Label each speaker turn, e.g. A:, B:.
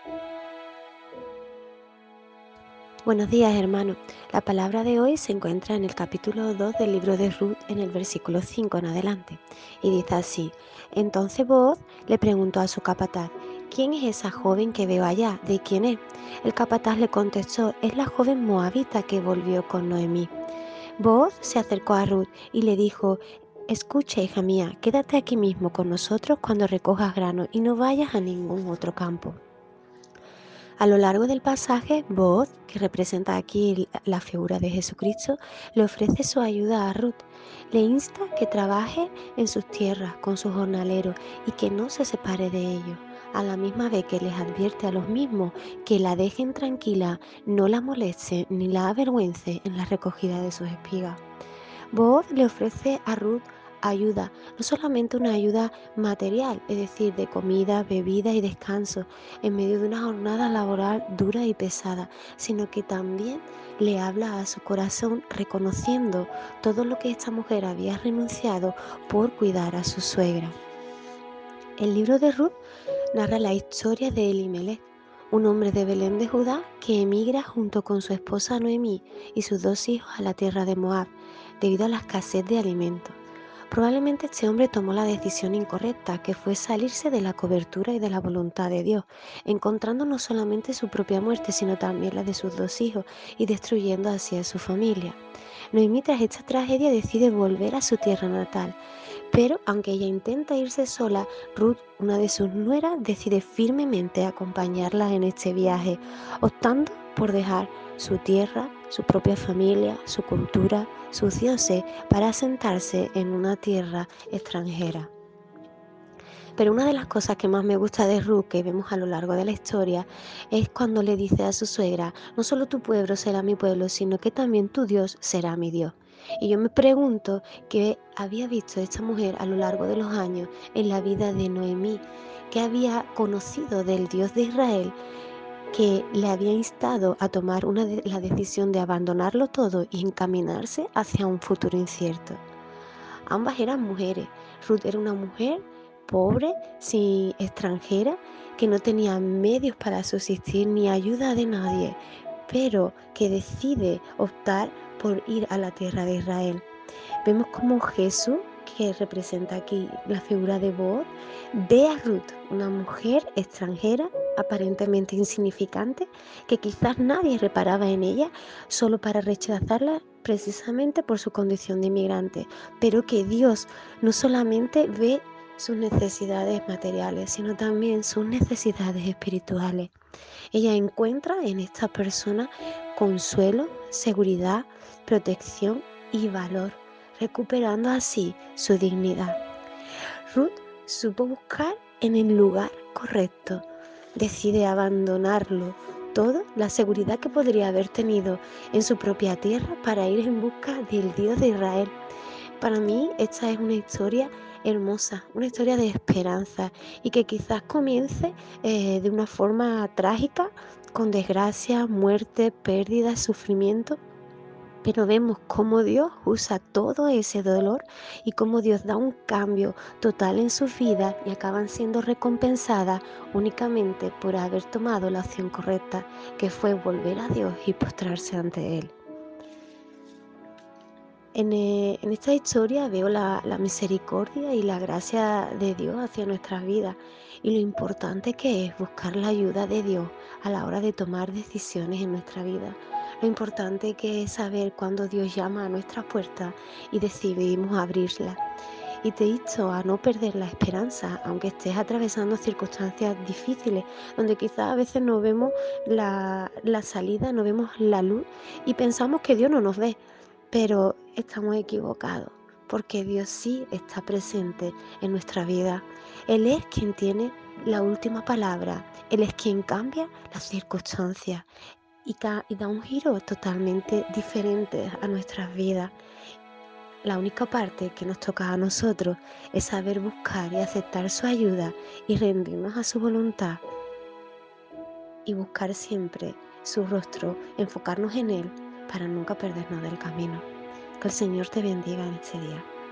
A: Buenos días, hermano. La palabra de hoy se encuentra en el capítulo 2 del libro de Ruth, en el versículo 5 en adelante. Y dice así: Entonces Booz le preguntó a su capataz: ¿Quién es esa joven que veo allá? ¿De quién es? El capataz le contestó: Es la joven moabita que volvió con Noemí. Booz se acercó a Ruth y le dijo: Escucha, hija mía, quédate aquí mismo con nosotros cuando recojas grano y no vayas a ningún otro campo. A lo largo del pasaje, Booz, que representa aquí la figura de Jesucristo, le ofrece su ayuda a Ruth. Le insta que trabaje en sus tierras con sus jornaleros y que no se separe de ellos, a la misma vez que les advierte a los mismos que la dejen tranquila, no la moleste ni la avergüence en la recogida de sus espigas. Booz le ofrece a Ruth ayuda, no solamente una ayuda material, es decir, de comida, bebida y descanso, en medio de una jornada laboral dura y pesada, sino que también le habla a su corazón reconociendo todo lo que esta mujer había renunciado por cuidar a su suegra. El libro de Ruth narra la historia de Elimelech, un hombre de Belén de Judá que emigra junto con su esposa Noemí y sus 2 hijos a la tierra de Moab, debido a la escasez de alimentos. Probablemente este hombre tomó la decisión incorrecta, que fue salirse de la cobertura y de la voluntad de Dios, encontrando no solamente su propia muerte, sino también la de sus 2 hijos, y destruyendo así a su familia. Noemí, tras esta tragedia, decide volver a su tierra natal, pero aunque ella intenta irse sola, Ruth, una de sus nueras, decide firmemente acompañarla en este viaje, optando por dejar su tierra, su propia familia, su cultura, sus dioses, para asentarse en una tierra extranjera. Pero una de las cosas que más me gusta de Ruth, que vemos a lo largo de la historia, es cuando le dice a su suegra: no solo tu pueblo será mi pueblo, sino que también tu Dios será mi Dios. Y yo me pregunto qué había visto esta mujer a lo largo de los años en la vida de Noemí, que había conocido del Dios de Israel, que le había instado a tomar la decisión de abandonarlo todo y encaminarse hacia un futuro incierto. Ambas eran mujeres. Ruth era una mujer pobre, sin extranjera, que no tenía medios para subsistir ni ayuda de nadie, pero que decide optar por ir a la tierra de Israel. Vemos como Jesús, que representa aquí la figura de Booz, ve a Ruth, una mujer extranjera, aparentemente insignificante, que quizás nadie reparaba en ella, solo para rechazarla precisamente por su condición de inmigrante, pero que Dios no solamente ve sus necesidades materiales, sino también sus necesidades espirituales. Ella encuentra en esta persona consuelo, seguridad, protección y valor, recuperando así su dignidad. Ruth supo buscar en el lugar correcto. Decide abandonarlo todo, la seguridad que podría haber tenido en su propia tierra, para ir en busca del Dios de Israel. Para mí esta es una historia hermosa, una historia de esperanza, y que quizás comience de una forma trágica, con desgracia, muerte, pérdida, sufrimiento, pero vemos cómo Dios usa todo ese dolor y cómo Dios da un cambio total en sus vidas, y acaban siendo recompensadas únicamente por haber tomado la acción correcta, que fue volver a Dios y postrarse ante Él. En esta historia veo la misericordia y la gracia de Dios hacia nuestras vidas, y lo importante que es buscar la ayuda de Dios a la hora de tomar decisiones en nuestra vida. Lo importante que es saber cuando Dios llama a nuestra puerta y decidimos abrirla. Y te insto a no perder la esperanza, aunque estés atravesando circunstancias difíciles, donde quizás a veces no vemos la salida, no vemos la luz y pensamos que Dios no nos ve, pero estamos equivocados, porque Dios sí está presente en nuestra vida. Él es quien tiene la última palabra, Él es quien cambia las circunstancias y da un giro totalmente diferente a nuestras vidas. La única parte que nos toca a nosotros es saber buscar y aceptar su ayuda y rendirnos a su voluntad, y buscar siempre su rostro, enfocarnos en Él para nunca perdernos del camino. Que el Señor te bendiga en este día.